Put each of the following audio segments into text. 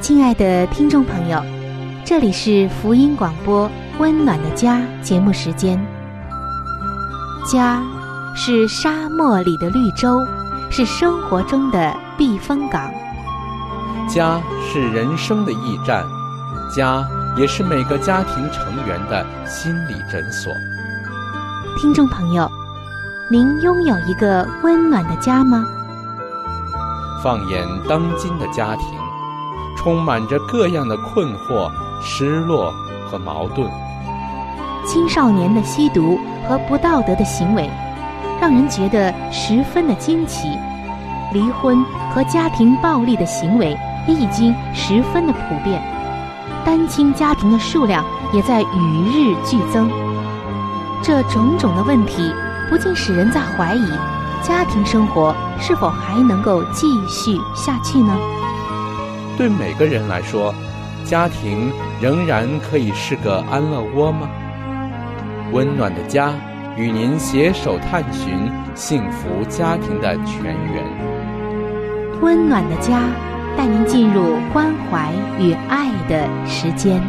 亲爱的听众朋友，这里是福音广播温暖的家节目时间。家是沙漠里的绿洲，是生活中的避风港。 家是人生的驿站，家也是每个家庭成员的心理诊所。 听众朋友，您拥有一个温暖的家吗？ 放眼当今的家庭，充满着各样的困惑、失落和矛盾。 青少年的吸毒和不道德的行为，让人觉得十分的惊奇。离婚和家庭暴力的行为也已经十分的普遍，单亲家庭的数量也在与日俱增。这种种的问题，不禁使人在怀疑，家庭生活是否还能够继续下去呢？ 对每个人来说，家庭仍然可以是个安乐窝吗？温暖的家与您携手探寻幸福家庭的泉源。 温暖的家带您进入关怀与爱的时间。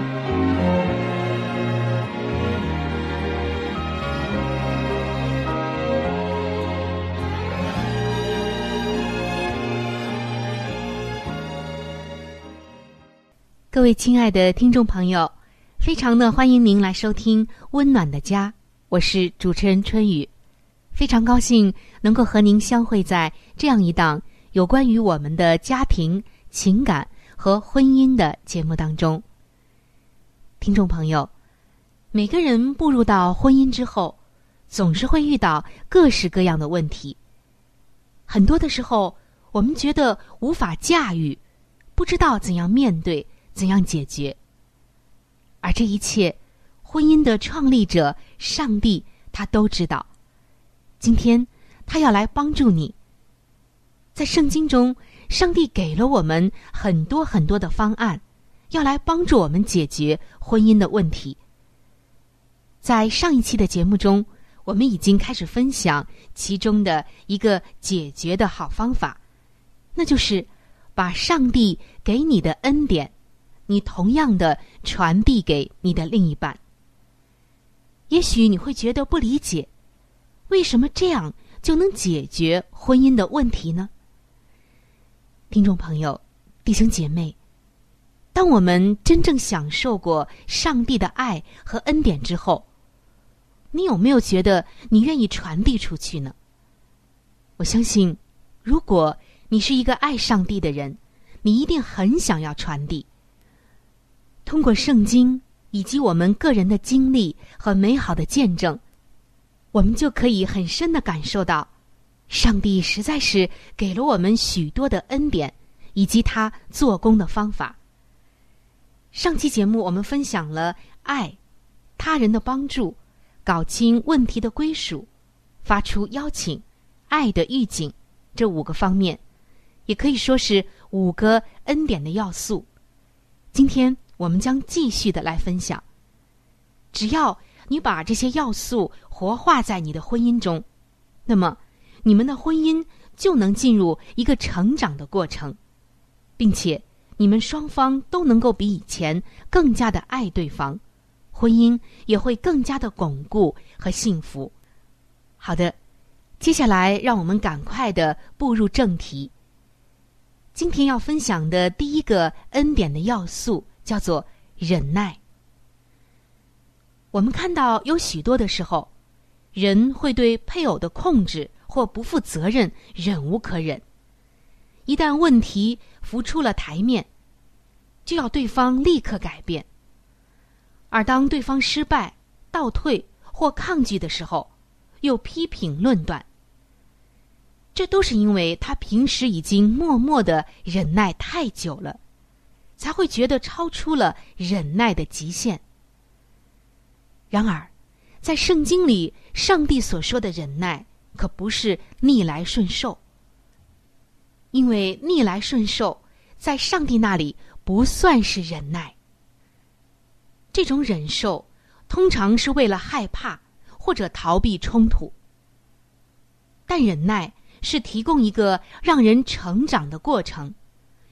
各位亲爱的听众朋友，非常的欢迎您来收听温暖的家，我是主持人春雨。非常高兴能够和您相会在这样一档有关于我们的家庭、情感和婚姻的节目当中。听众朋友，每个人步入到婚姻之后，总是会遇到各式各样的问题。很多的时候，我们觉得无法驾驭，不知道怎样面对，怎样解决。而这一切，婚姻的创立者上帝他都知道。今天他要来帮助你。在圣经中，上帝给了我们很多很多的方案，要来帮助我们解决婚姻的问题。在上一期的节目中，我们已经开始分享其中的一个解决的好方法，那就是把上帝给你的恩典，你同样的传递给你的另一半。也许你会觉得不理解，为什么这样就能解决婚姻的问题呢？听众朋友，弟兄姐妹，当我们真正享受过上帝的爱和恩典之后，你有没有觉得你愿意传递出去呢？我相信，如果你是一个爱上帝的人，你一定很想要传递。通过圣经以及我们个人的经历和美好的见证，我们就可以很深地感受到，上帝实在是给了我们许多的恩典，以及他做工的方法。上期节目我们分享了爱、他人的帮助、搞清问题的归属、发出邀请、爱的预警这5个方面，也可以说是5个恩典的要素。今天我们将继续的来分享。只要你把这些要素活化在你的婚姻中，那么你们的婚姻就能进入一个成长的过程，并且你们双方都能够比以前更加的爱对方，婚姻也会更加的巩固和幸福。好的，接下来让我们赶快的步入正题。今天要分享的第一个恩典的要素叫做忍耐。我们看到有许多的时候，人会对配偶的控制或不负责任忍无可忍，一旦问题浮出了台面，就要对方立刻改变。而当对方失败、倒退或抗拒的时候，又批评论断。这都是因为他平时已经默默地忍耐太久了，才会觉得超出了忍耐的极限。然而，在圣经里，上帝所说的忍耐可不是逆来顺受，因为逆来顺受在上帝那里不算是忍耐。这种忍受通常是为了害怕或者逃避冲突，但忍耐是提供一个让人成长的过程，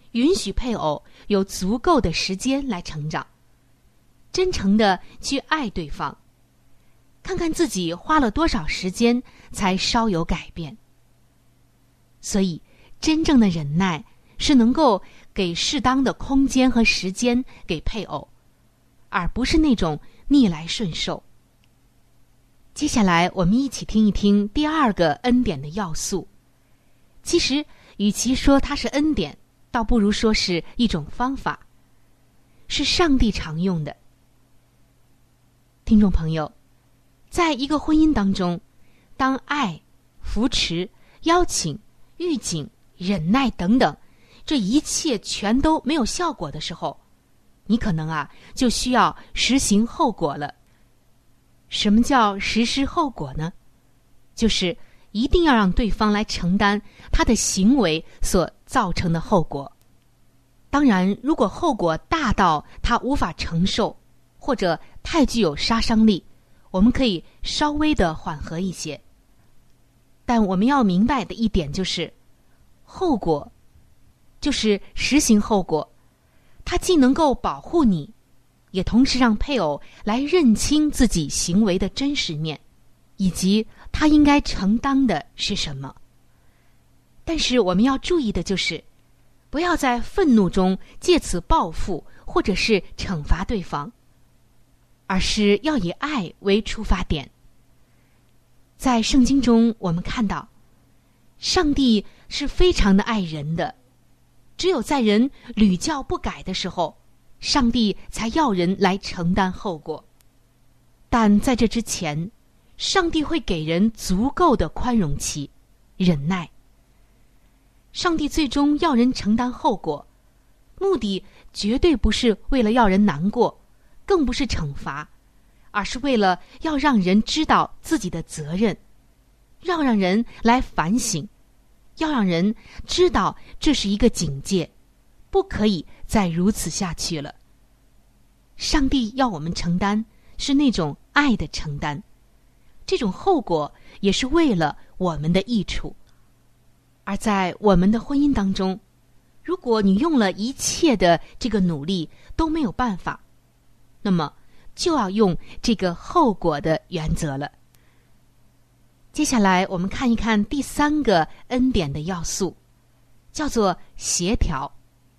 允许配偶有足够的时间来成长，真诚地去爱对方，看看自己花了多少时间才稍有改变。所以真正的忍耐是能够给适当的空间和时间给配偶，而不是那种逆来顺受。接下来我们一起听一听第二个恩典的要素。其实与其说它是恩典，倒不如说是一种方法，是上帝常用的。听众朋友，在一个婚姻当中，当爱、扶持、邀请、预警、忍耐等等这一切全都没有效果的时候，你可能就需要实行后果了。什么叫实施后果呢？就是一定要让对方来承担他的行为所造成的后果。当然，如果后果大到他无法承受，或者太具有杀伤力，我们可以稍微的缓和一些。但我们要明白的一点就是，后果就是实行后果，它既能够保护你，也同时让配偶来认清自己行为的真实面，以及他应该承担的是什么。但是我们要注意的就是，不要在愤怒中借此报复或者是惩罚对方，而是要以爱为出发点。在圣经中我们看到，上帝是非常的爱人的，只有在人屡教不改的时候，上帝才要人来承担后果。但在这之前，上帝会给人足够的宽容期、忍耐。上帝最终要人承担后果，目的绝对不是为了要人难过，更不是惩罚，而是为了要让人知道自己的责任，要让人来反省，要让人知道这是一个警戒，不可以再如此下去了。上帝要我们承担是那种爱的承担，这种后果也是为了我们的益处。而在我们的婚姻当中，如果你用了一切的这个努力都没有办法，那么就要用这个后果的原则了。接下来我们看一看第三个恩典的要素，叫做协调。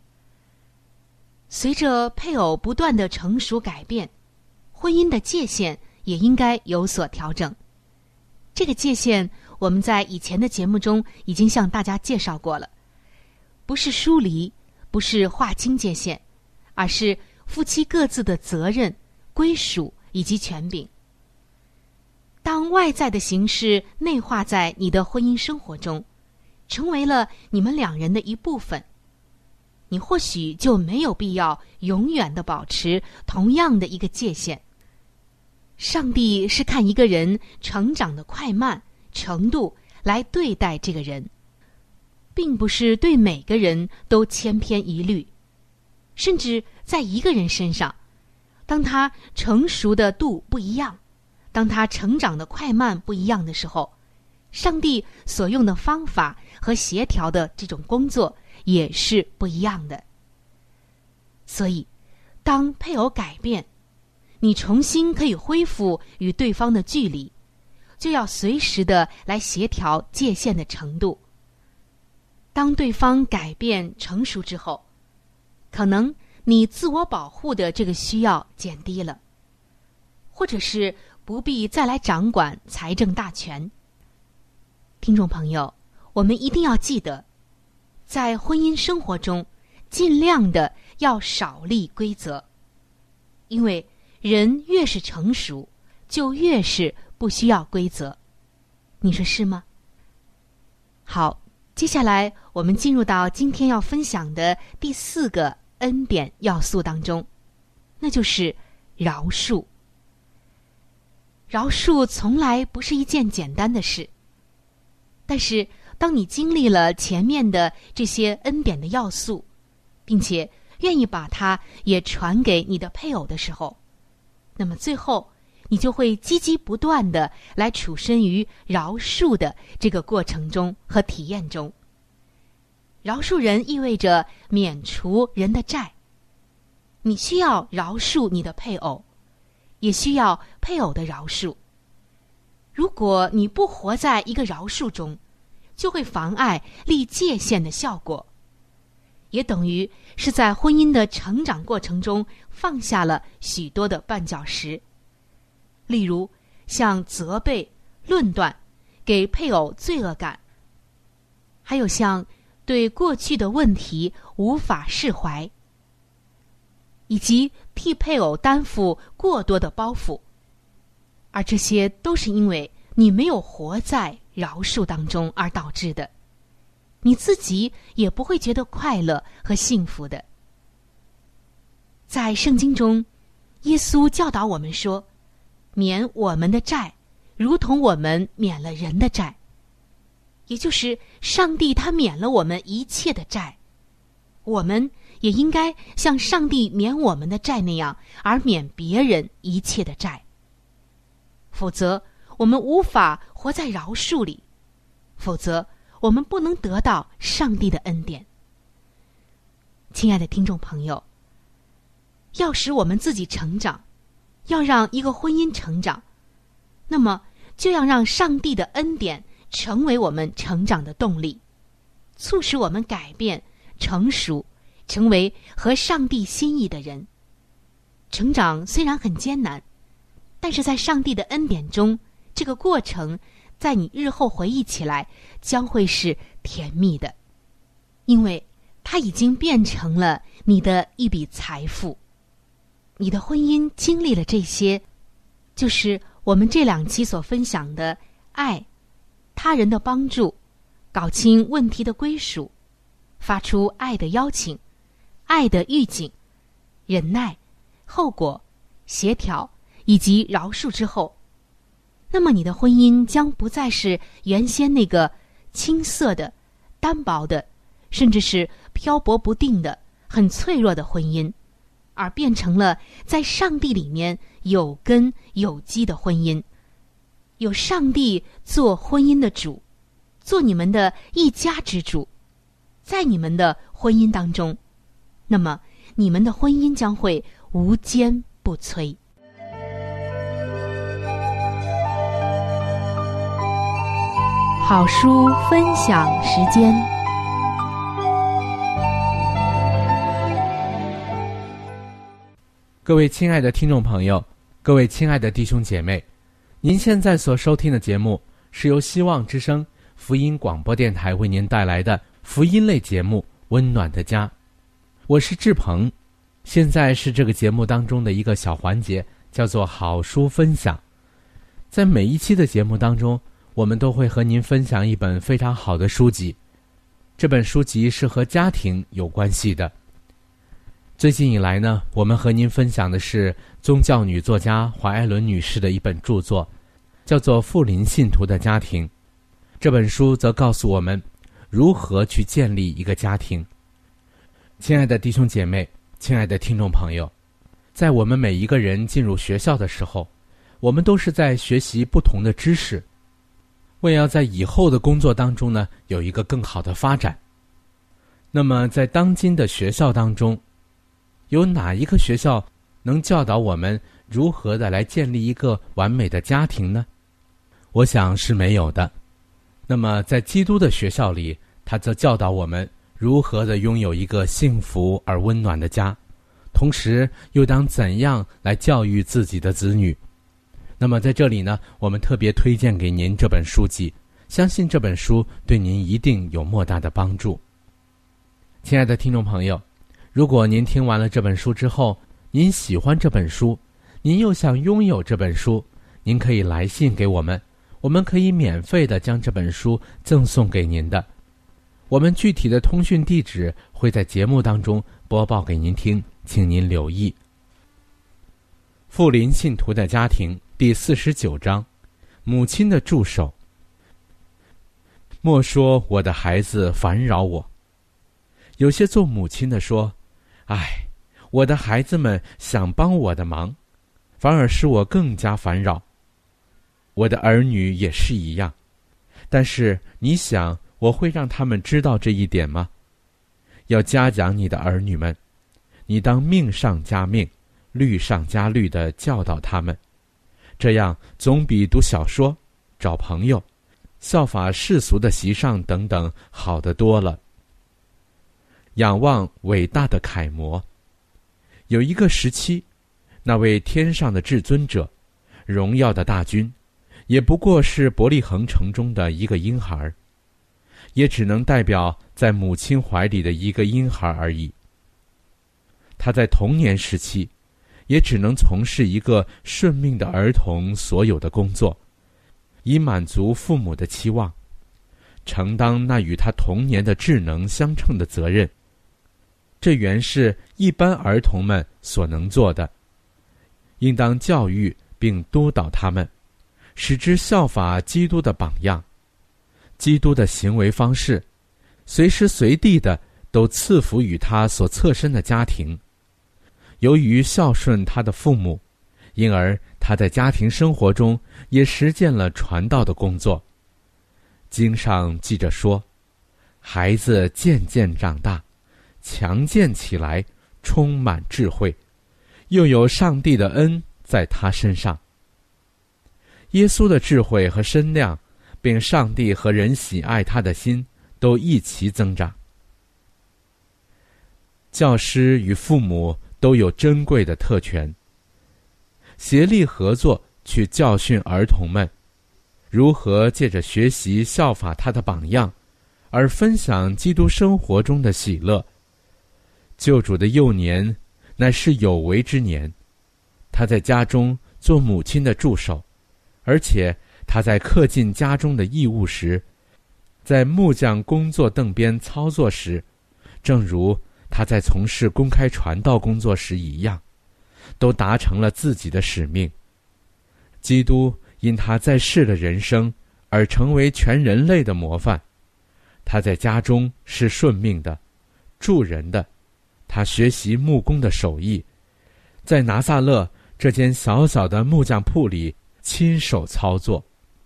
随着配偶不断的成熟改变，婚姻的界限也应该有所调整。这个界限我们在以前的节目中已经向大家介绍过了，不是疏离，不是划清界限，而是夫妻各自的责任、归属以及权柄。当外在的形式内化在你的婚姻生活中，成为了你们两人的一部分，你或许就没有必要永远的保持同样的一个界限。上帝是看一个人成长的快慢程度来对待这个人，并不是对每个人都千篇一律。甚至在一个人身上，当他成熟的度不一样，当他成长的快慢不一样的时候，上帝所用的方法和协调的这种工作也是不一样的。所以当配偶改变，你重新可以恢复与对方的距离，就要随时的来协调界限的程度。当对方改变成熟之后，可能你自我保护的这个需要减低了，或者是不必再来掌管财政大权。听众朋友，我们一定要记得，在婚姻生活中尽量的要少立规则，因为人越是成熟，就越是不需要规则。你说是吗？好，接下来我们进入到今天要分享的第四个恩典要素当中，那就是饶恕。饶恕从来不是一件简单的事，但是当你经历了前面的这些恩典的要素，并且愿意把它也传给你的配偶的时候，那么最后你就会积极不断地来处身于饶恕的这个过程中和体验中。 饶恕人意味着免除人的债。你需要饶恕你的配偶，也需要配偶的饶恕。如果你不活在一个饶恕中，就会妨碍立界限的效果，也等于是在婚姻的成长过程中放下了许多的绊脚石。例如像责备、论断，给配偶罪恶感，还有像对过去的问题无法释怀，以及替配偶担负过多的包袱，而这些都是因为你没有活在饶恕当中而导致的，你自己也不会觉得快乐和幸福的。在圣经中，耶稣教导我们说，免我们的债，如同我们免了人的债，也就是上帝他免了我们一切的债，我们也应该像上帝免我们的债那样，而免别人一切的债。否则我们无法活在饶恕里，否则我们不能得到上帝的恩典。亲爱的听众朋友，要使我们自己成长，要让一个婚姻成长，那么就要让上帝的恩典成为我们成长的动力，促使我们改变、成熟，成为合上帝心意的人。成长虽然很艰难，但是在上帝的恩典中，这个过程在你日后回忆起来将会是甜蜜的，因为它已经变成了你的一笔财富。你的婚姻经历了这些，就是我们这2期所分享的爱、他人的帮助、搞清问题的归属、发出爱的邀请、爱的预警、忍耐、后果、协调以及饶恕之后，那么你的婚姻将不再是原先那个青涩的、单薄的，甚至是漂泊不定的、很脆弱的婚姻，而变成了在上帝里面有根有基的婚姻，有上帝做婚姻的主，做你们的一家之主，在你们的婚姻当中，那么你们的婚姻将会无坚不摧。好书分享时间。 各位亲爱的听众朋友，各位亲爱的弟兄姐妹，您现在所收听的节目是由希望之声福音广播电台为您带来的福音类节目《温暖的家》，我是志鹏。现在是这个节目当中的一个小环节，叫做好书分享。在每一期的节目当中，我们都会和您分享一本非常好的书籍，这本书籍是和家庭有关系的。最近以来呢，我们和您分享的是宗教女作家怀艾伦女士的一本著作，叫做《富林信徒的家庭》。这本书则告诉我们如何去建立一个家庭。亲爱的弟兄姐妹，亲爱的听众朋友，在我们每一个人进入学校的时候，我们都是在学习不同的知识，为要在以后的工作当中呢，有一个更好的发展。那么在当今的学校当中，有哪一个学校能教导我们如何的来建立一个完美的家庭呢？我想是没有的。那么在基督的学校里，他则教导我们如何的拥有一个幸福而温暖的家，同时又当怎样来教育自己的子女。那么在这里呢，我们特别推荐给您这本书籍，相信这本书对您一定有莫大的帮助。亲爱的听众朋友，如果您听完了这本书之后，您喜欢这本书，您又想拥有这本书，您可以来信给我们，我们可以免费的将这本书赠送给您的。我们具体的通讯地址会在节目当中播报给您听，请您留意。富林信徒的家庭第49章，母亲的助手。莫说我的孩子烦扰我。有些做母亲的说，唉，我的孩子们想帮我的忙，反而使我更加烦扰。我的儿女也是一样，但是你想我会让他们知道这一点吗？ 要嘉奖你的儿女们，你当命上加命，律上加律地教导他们，这样总比读小说、找朋友、效法世俗的习上等等好得多了。仰望伟大的楷模，有一个时期，那位天上的至尊者，荣耀的大君，也不过是伯利恒城中的一个婴孩，也只能代表在母亲怀里的一个婴孩而已。他在童年时期，也只能从事一个顺命的儿童所有的工作，以满足父母的期望，承担那与他童年的智能相称的责任。这原是一般儿童们所能做的，应当教育并督导他们，使之效法基督的榜样。基督的行为方式，随时随地的都赐福于他所侧身的家庭。由于孝顺他的父母，因而他在家庭生活中也实践了传道的工作。经上记着说，孩子渐渐长大，强健起来，充满智慧，又有上帝的恩在他身上。耶稣的智慧和身量，并上帝和人喜爱他的心，都一齐增长。教师与父母都有珍贵的特权，协力合作去教训儿童们，如何借着学习效法他的榜样，而分享基督生活中的喜乐。救主的幼年乃是有为之年，他在家中做母亲的助手，而且他在恪尽家中的义务时，在木匠工作凳边操作时，正如他在从事公开传道工作时一样，都达成了自己的使命。基督因他在世的人生而成为全人类的模范。他在家中是顺命的、助人的，他学习木工的手艺，在拿撒勒这间小小的木匠铺里亲手操作。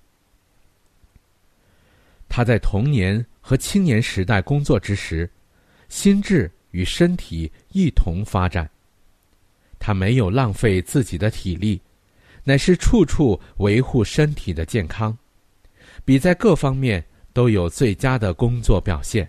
他在童年和青年时代工作之时，心智与身体一同发展。他没有浪费自己的体力，乃是处处维护身体的健康，比在各方面都有最佳的工作表现。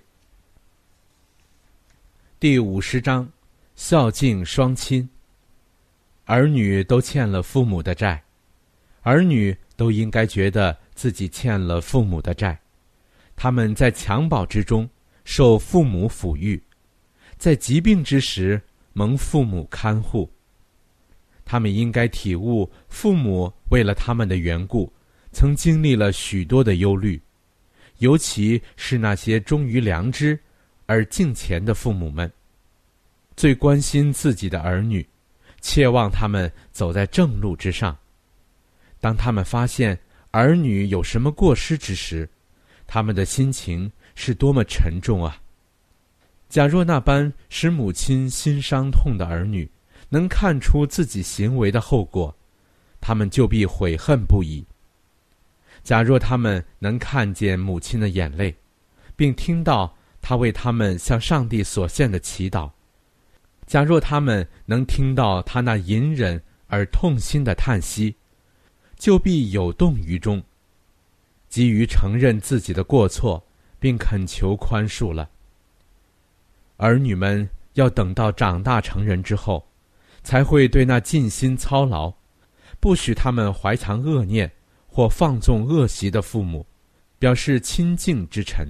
第50章，孝敬双亲。儿女都欠了父母的债，儿女都应该觉得自己欠了父母的债。他们在襁褓之中受父母抚育，在疾病之时蒙父母看护。他们应该体悟父母为了他们的缘故，曾经历了许多的忧虑，尤其是那些忠于良知而敬虔的父母们，最关心自己的儿女，切望他们走在正路之上。当他们发现儿女有什么过失之时，他们的心情是多么沉重啊！假若那般使母亲心伤痛的儿女能看出自己行为的后果，他们就必悔恨不已。假若他们能看见母亲的眼泪，并听到她为他们向上帝所献的祈祷，假若他们能听到她那隐忍而痛心的叹息，就必有动于衷，急于承认自己的过错，并恳求宽恕了。儿女们要等到长大成人之后，才会对那尽心操劳，不许他们怀藏恶念或放纵恶习的父母，表示亲近之诚。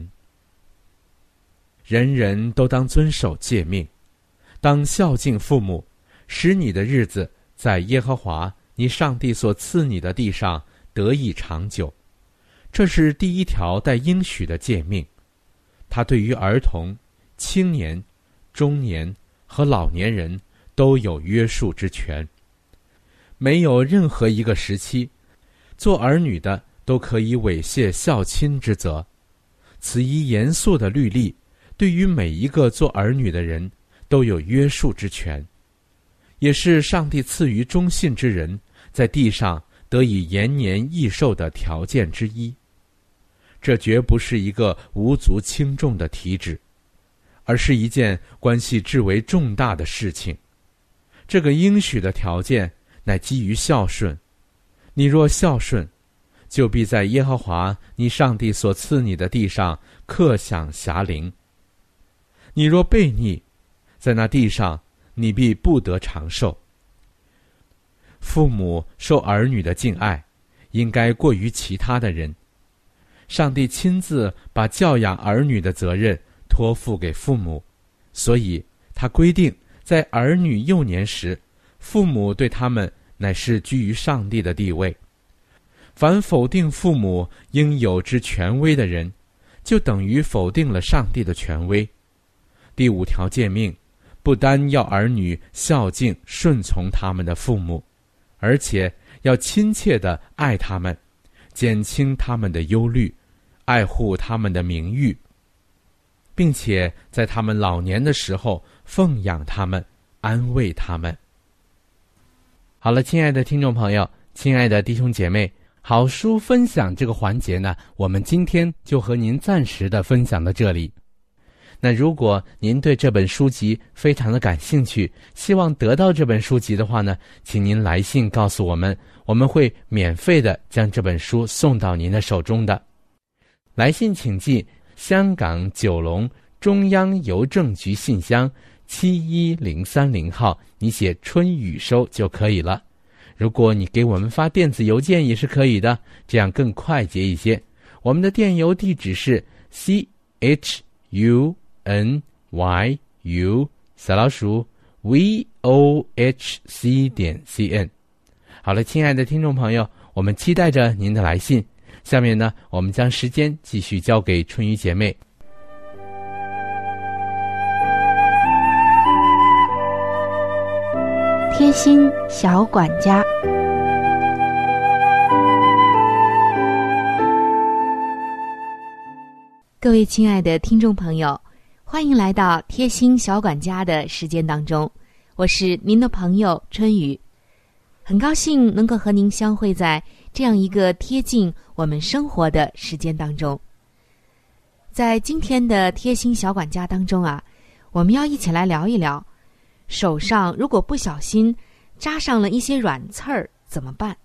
人人都当遵守诫命，当孝敬父母，使你的日子在耶和华你上帝所赐你的地上得以长久。这是第一条带应许的诫命，它对于儿童、青年、中年和老年人都有约束之权。没有任何一个时期，做儿女的都可以猥亵孝亲之责。此一严肃的律例，对于每一个做儿女的人都有约束之权，也是上帝赐予忠信之人在地上得以延年益寿的条件之一。这绝不是一个无足轻重的体旨。 而是一件关系至为重大的事情。这个应许的条件乃基于孝顺。你若孝顺，就必在耶和华你上帝所赐你的地上克享辖灵。你若悖逆，在那地上你必不得长寿。父母受儿女的敬爱，应该过于其他的人。上帝亲自把教养儿女的责任托付给父母，所以他规定在儿女幼年时，父母对他们乃是居于上帝的地位。凡否定父母应有之权威的人，就等于否定了上帝的权威。第5条诫命，不单要儿女孝敬顺从他们的父母，而且要亲切地爱他们，减轻他们的忧虑，爱护他们的名誉，并且在他们老年的时候奉养他们，安慰他们。好了，亲爱的听众朋友，亲爱的弟兄姐妹，好书分享这个环节呢，我们今天就和您暂时的分享到这里。那如果您对这本书籍非常的感兴趣，希望得到这本书籍的话呢，请您来信告诉我们，我们会免费的将这本书送到您的手中的。来信请寄香港九龙中央邮政局信箱71030号，你写春雨收就可以了。如果你给我们发电子邮件也是可以的，这样更快捷一些。我们的电邮地址是 CHUNYU vohc.cn。 好了，亲爱的听众朋友，我们期待着您的来信。下面呢，我们将时间继续交给春雨姐妹。 贴心小管家。各位亲爱的听众朋友，欢迎来到贴心小管家的时间当中，我是您的朋友春雨，很高兴能够和您相会在这样一个贴近我们生活的时间当中。在今天的贴心小管家当中啊，我们要一起来聊一聊，手上如果不小心扎上了一些软刺儿怎么办？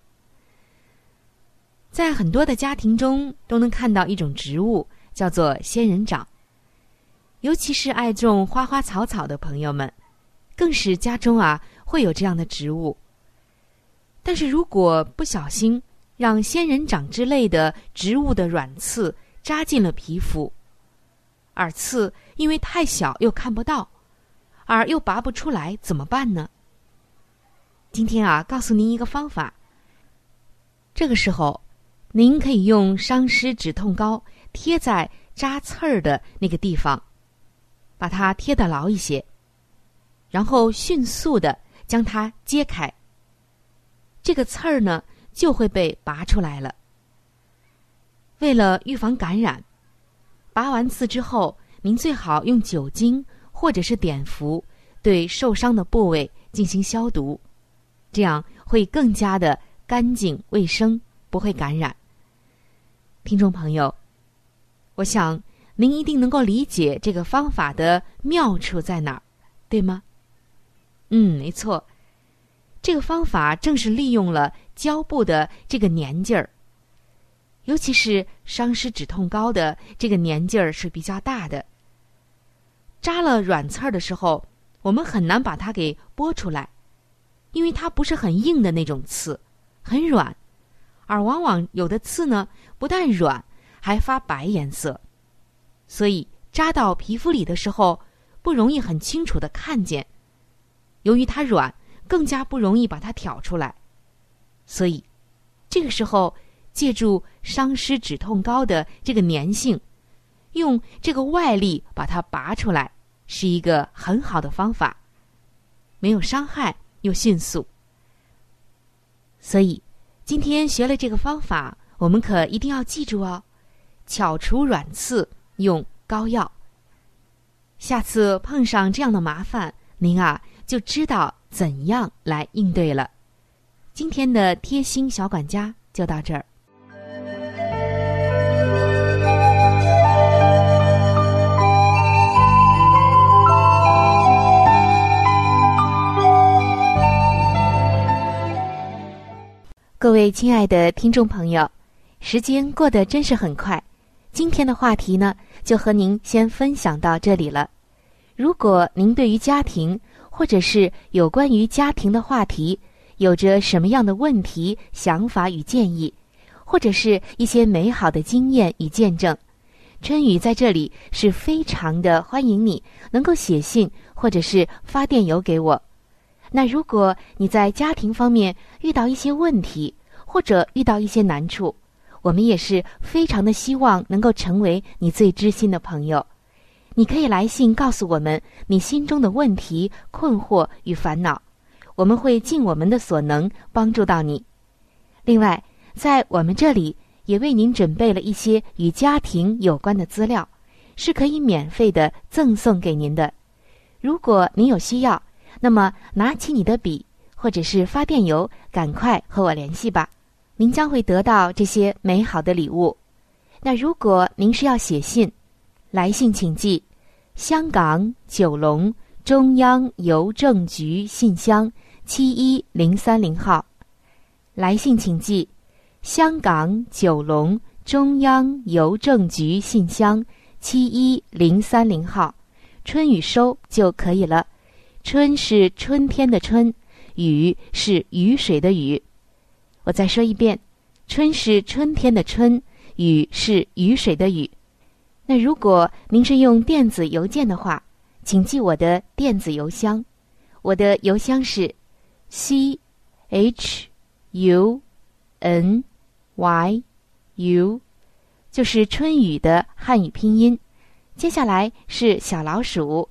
在很多的家庭中都能看到一种植物，叫做仙人掌。尤其是爱种花花草草的朋友们，更是家中啊会有这样的植物。但是如果不小心让仙人掌之类的植物的软刺扎进了皮肤，而刺因为太小又看不到，而又拔不出来，怎么办呢？今天啊，告诉您一个方法。这个时候，您可以用伤湿止痛膏贴在扎刺儿的那个地方，把它贴得牢一些，然后迅速地将它揭开，这个刺儿呢就会被拔出来了。为了预防感染，拔完刺之后，您最好用酒精或者是碘伏对受伤的部位进行消毒，这样会更加的干净卫生，不会感染。听众朋友，我想您一定能够理解这个方法的妙处在哪儿，对吗？没错，这个方法正是利用了胶布的这个粘劲儿，尤其是伤湿止痛膏的这个粘劲儿是比较大的。扎了软刺儿的时候，我们很难把它给剥出来，因为它不是很硬的那种刺，很软，而往往有的刺呢，不但软，还发白颜色，所以扎到皮肤里的时候，不容易很清楚地看见。由于它软，更加不容易把它挑出来，所以这个时候借助伤湿止痛膏的这个粘性，用这个外力把它拔出来，是一个很好的方法，没有伤害又迅速。所以今天学了这个方法，我们可一定要记住哦，巧除软刺用膏药。下次碰上这样的麻烦，您啊就知道怎样来应对了。今天的贴心小管家就到这儿。 位亲爱的听众朋友，时间过得真是很快，今天的话题呢，就和您先分享到这里了。如果您对于家庭，或者是有关于家庭的话题，有着什么样的问题、想法与建议，或者是一些美好的经验与见证，春雨在这里是非常的欢迎你能够写信或者是发电邮给我。那如果你在家庭方面遇到一些问题，或者遇到一些难处，我们也是非常的希望能够成为你最知心的朋友。你可以来信告诉我们你心中的问题、困惑与烦恼，我们会尽我们的所能帮助到你。另外，在我们这里也为您准备了一些与家庭有关的资料，是可以免费的赠送给您的。如果您有需要，那么拿起你的笔或者是发电邮，赶快和我联系吧，您将会得到这些美好的礼物。那如果您是要写信，来信请寄香港九龙中央邮政局信箱71030号。来信请寄香港九龙中央邮政局信箱71030号，春雨收就可以了。春是春天的春，雨是雨水的雨。我再说一遍，春是春天的春，雨是雨水的雨。那如果您是用电子邮件的话，请记我的电子邮箱，我的邮箱是 CHUNYU， 就是春雨的汉语拼音，接下来是小老鼠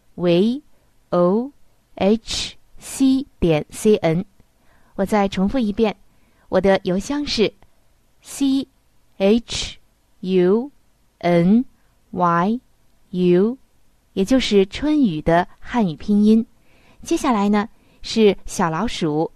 vohc.cn。 我再重复一遍，我的邮箱是 CHUNYU， 也就是春雨的汉语拼音，接下来呢是小老鼠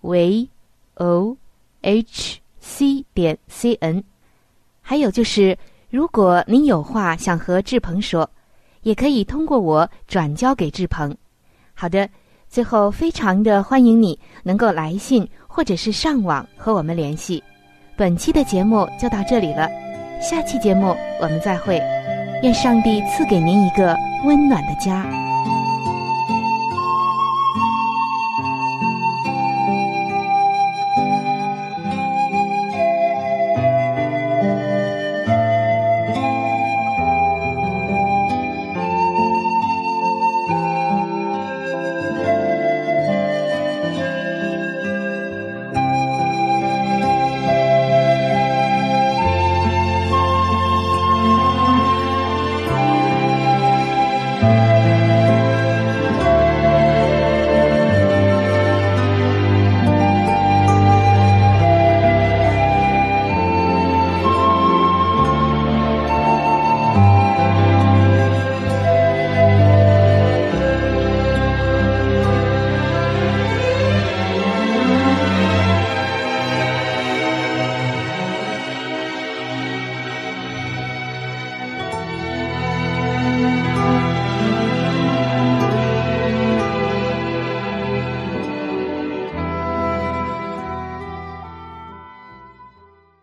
vohc.cn。 还有就是，如果您有话想和志鹏说，也可以通过我转交给志鹏。好的，最后非常的欢迎你能够来信或者是上网和我们联系。本期的节目就到这里了，下期节目我们再会。愿上帝赐给您一个温暖的家。